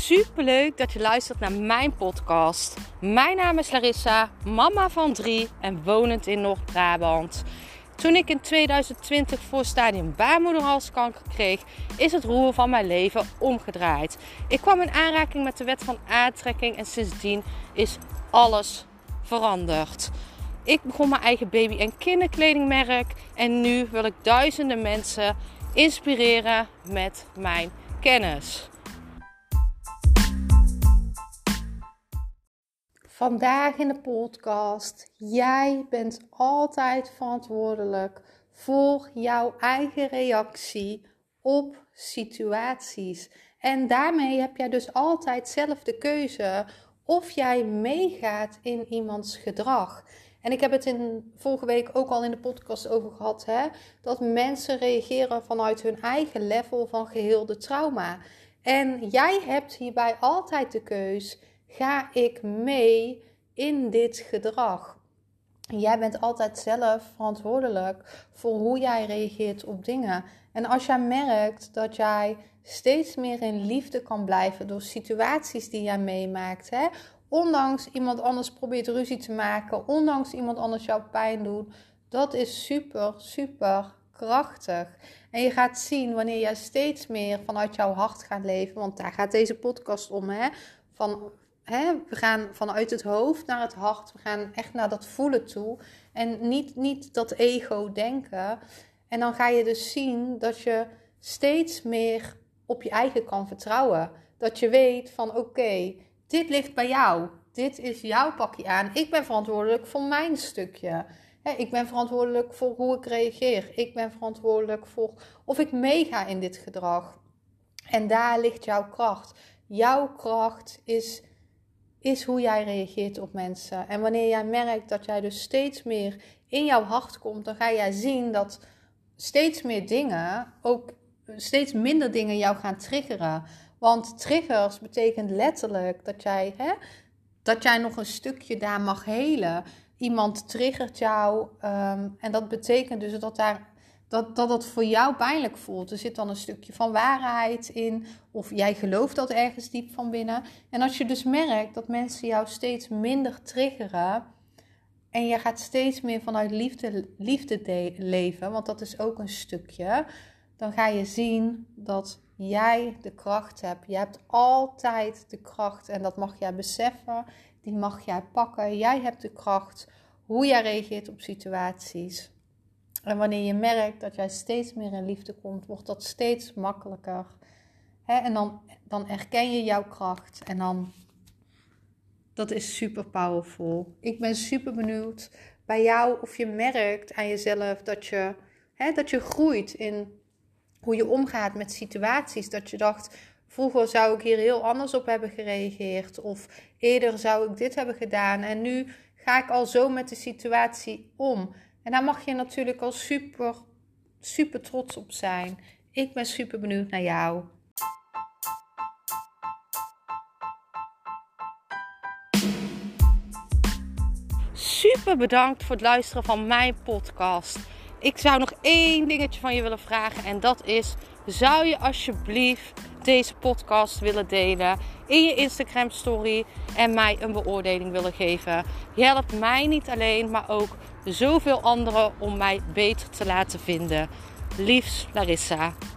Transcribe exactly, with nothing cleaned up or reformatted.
Superleuk dat je luistert naar mijn podcast. Mijn naam is Larissa, mama van drie en wonend in Noord-Brabant. Toen ik in tweeduizend twintig voor stadium baarmoederhalskanker kreeg, is het roer van mijn leven omgedraaid. Ik kwam in aanraking met de wet van aantrekking en sindsdien is alles veranderd. Ik begon mijn eigen baby- en kinderkledingmerk en nu wil ik duizenden mensen inspireren met mijn kennis. Vandaag in de podcast, jij bent altijd verantwoordelijk voor jouw eigen reactie op situaties. En daarmee heb jij dus altijd zelf de keuze of jij meegaat in iemands gedrag. En ik heb het in vorige week ook al in de podcast over gehad, hè, dat mensen reageren vanuit hun eigen level van geheelde trauma. En jij hebt hierbij altijd de keus, ga ik mee in dit gedrag? Jij bent altijd zelf verantwoordelijk voor hoe jij reageert op dingen. En als jij merkt dat jij steeds meer in liefde kan blijven door situaties die jij meemaakt, hè, ondanks iemand anders probeert ruzie te maken, ondanks iemand anders jouw pijn doet, dat is super, super krachtig. En je gaat zien wanneer jij steeds meer vanuit jouw hart gaat leven, want daar gaat deze podcast om, hè, van... He, we gaan vanuit het hoofd naar het hart. We gaan echt naar dat voelen toe. En niet, niet dat ego denken. En dan ga je dus zien dat je steeds meer op je eigen kan vertrouwen. Dat je weet van oké, okay, dit ligt bij jou. Dit is jouw pakje aan. Ik ben verantwoordelijk voor mijn stukje. He, ik ben verantwoordelijk voor hoe ik reageer. Ik ben verantwoordelijk voor of ik meega in dit gedrag. En daar ligt jouw kracht. Jouw kracht is... is hoe jij reageert op mensen. En wanneer jij merkt dat jij dus steeds meer in jouw hart komt, dan ga jij zien dat steeds meer dingen, ook steeds minder dingen jou gaan triggeren. Want triggers betekent letterlijk dat jij, hè, dat jij nog een stukje daar mag helen. Iemand triggert jou um, en dat betekent dus dat daar... Dat, dat dat voor jou pijnlijk voelt. Er zit dan een stukje van waarheid in. Of jij gelooft dat ergens diep van binnen. En als je dus merkt dat mensen jou steeds minder triggeren. En je gaat steeds meer vanuit liefde, liefde de- leven. Want dat is ook een stukje. Dan ga je zien dat jij de kracht hebt. Je hebt altijd de kracht. En dat mag jij beseffen. Die mag jij pakken. Jij hebt de kracht. Hoe jij reageert op situaties. En wanneer je merkt dat jij steeds meer in liefde komt, wordt dat steeds makkelijker. He, en dan, dan erken je jouw kracht. En dan, dat is super powerful. Ik ben super benieuwd bij jou of je merkt aan jezelf dat je, he, dat je groeit in hoe je omgaat met situaties. Dat je dacht, vroeger zou ik hier heel anders op hebben gereageerd. Of eerder zou ik dit hebben gedaan. En nu ga ik al zo met de situatie om. En daar mag je natuurlijk al super, super trots op zijn. Ik ben super benieuwd naar jou. Super bedankt voor het luisteren van mijn podcast. Ik zou nog één dingetje van je willen vragen. En dat is, zou je alsjeblieft deze podcast willen delen in je Instagram story en mij een beoordeling willen geven? Je helpt mij niet alleen, maar ook zoveel anderen om mij beter te laten vinden. Liefs, Larissa.